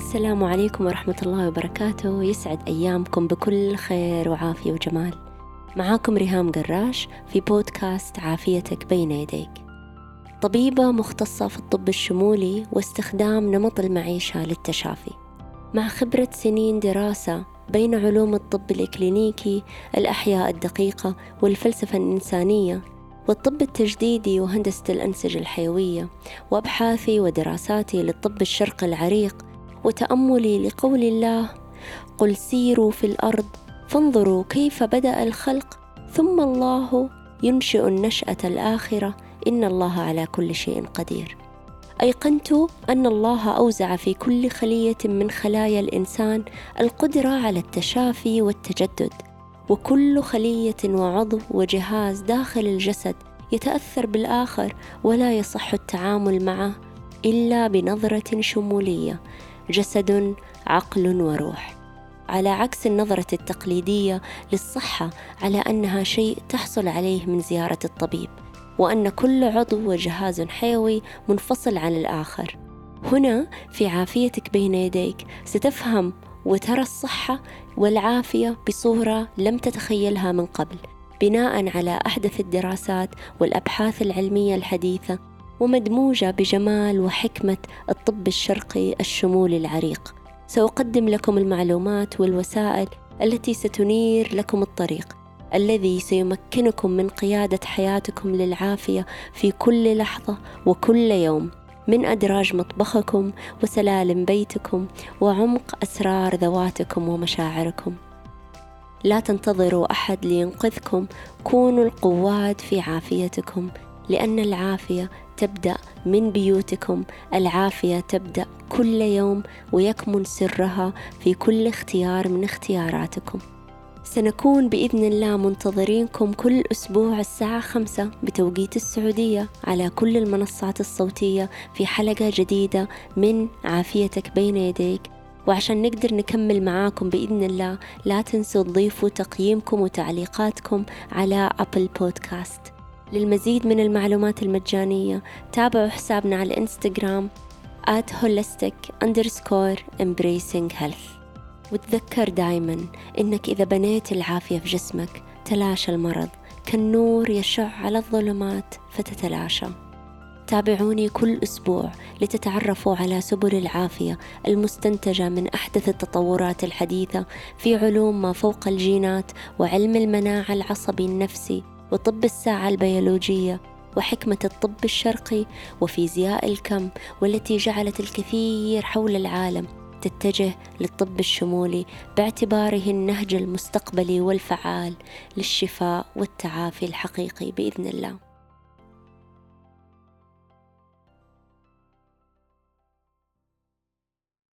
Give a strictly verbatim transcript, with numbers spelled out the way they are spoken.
السلام عليكم ورحمة الله وبركاته. يسعد أيامكم بكل خير وعافية وجمال. معاكم ريهام قراش في بودكاست عافيتك بين يديك، طبيبة مختصة في الطب الشمولي واستخدام نمط المعيشة للتشافي، مع خبرة سنين دراسة بين علوم الطب الإكلينيكي، الأحياء الدقيقة والفلسفة الإنسانية والطب التجديدي وهندسة الأنسجة الحيوية، وأبحاثي ودراساتي للطب الشرقي العريق، وتأملي لقول الله: قل سيروا في الأرض فانظروا كيف بدأ الخلق ثم الله ينشئ النشأة الآخرة إن الله على كل شيء قدير. أيقنت أن الله أوزع في كل خلية من خلايا الإنسان القدرة على التشافي والتجدد، وكل خلية وعضو وجهاز داخل الجسد يتأثر بالآخر ولا يصح التعامل معه إلا بنظرة شمولية، جسد عقل وروح، على عكس النظرة التقليدية للصحة على أنها شيء تحصل عليه من زيارة الطبيب، وأن كل عضو وجهاز حيوي منفصل عن الآخر. هنا في عافيتك بين يديك ستفهم وترى الصحة والعافية بصورة لم تتخيلها من قبل، بناء على أحدث الدراسات والأبحاث العلمية الحديثة، ومدموجة بجمال وحكمة الطب الشرقي الشمولي العريق. سأقدم لكم المعلومات والوسائل التي ستنير لكم الطريق الذي سيمكنكم من قيادة حياتكم للعافية في كل لحظة وكل يوم، من أدراج مطبخكم وسلالم بيتكم وعمق أسرار ذواتكم ومشاعركم. لا تنتظروا أحد لينقذكم، كونوا القواد في عافيتكم، لأن العافية تبدأ من بيوتكم. العافية تبدأ كل يوم، ويكمن سرها في كل اختيار من اختياراتكم. سنكون بإذن الله منتظرينكم كل أسبوع الساعة خمسة بتوقيت السعودية على كل المنصات الصوتية في حلقة جديدة من عافيتك بين يديك. وعشان نقدر نكمل معاكم بإذن الله، لا تنسوا تضيفوا تقييمكم وتعليقاتكم على أبل بودكاست. للمزيد من المعلومات المجانية تابعوا حسابنا على الإنستغرام at holistic underscore embracing health. وتذكر دايما إنك إذا بنيت العافية في جسمك تلاشى المرض، كالنور يشع على الظلمات فتتلاشى. تابعوني كل أسبوع لتتعرفوا على سبل العافية المستنتجة من أحدث التطورات الحديثة في علوم ما فوق الجينات، وعلم المناعة العصبي النفسي، وطب الساعة البيولوجية، وحكمة الطب الشرقي، وفيزياء الكم، والتي جعلت الكثير حول العالم تتجه للطب الشمولي باعتباره النهج المستقبلي والفعال للشفاء والتعافي الحقيقي بإذن الله.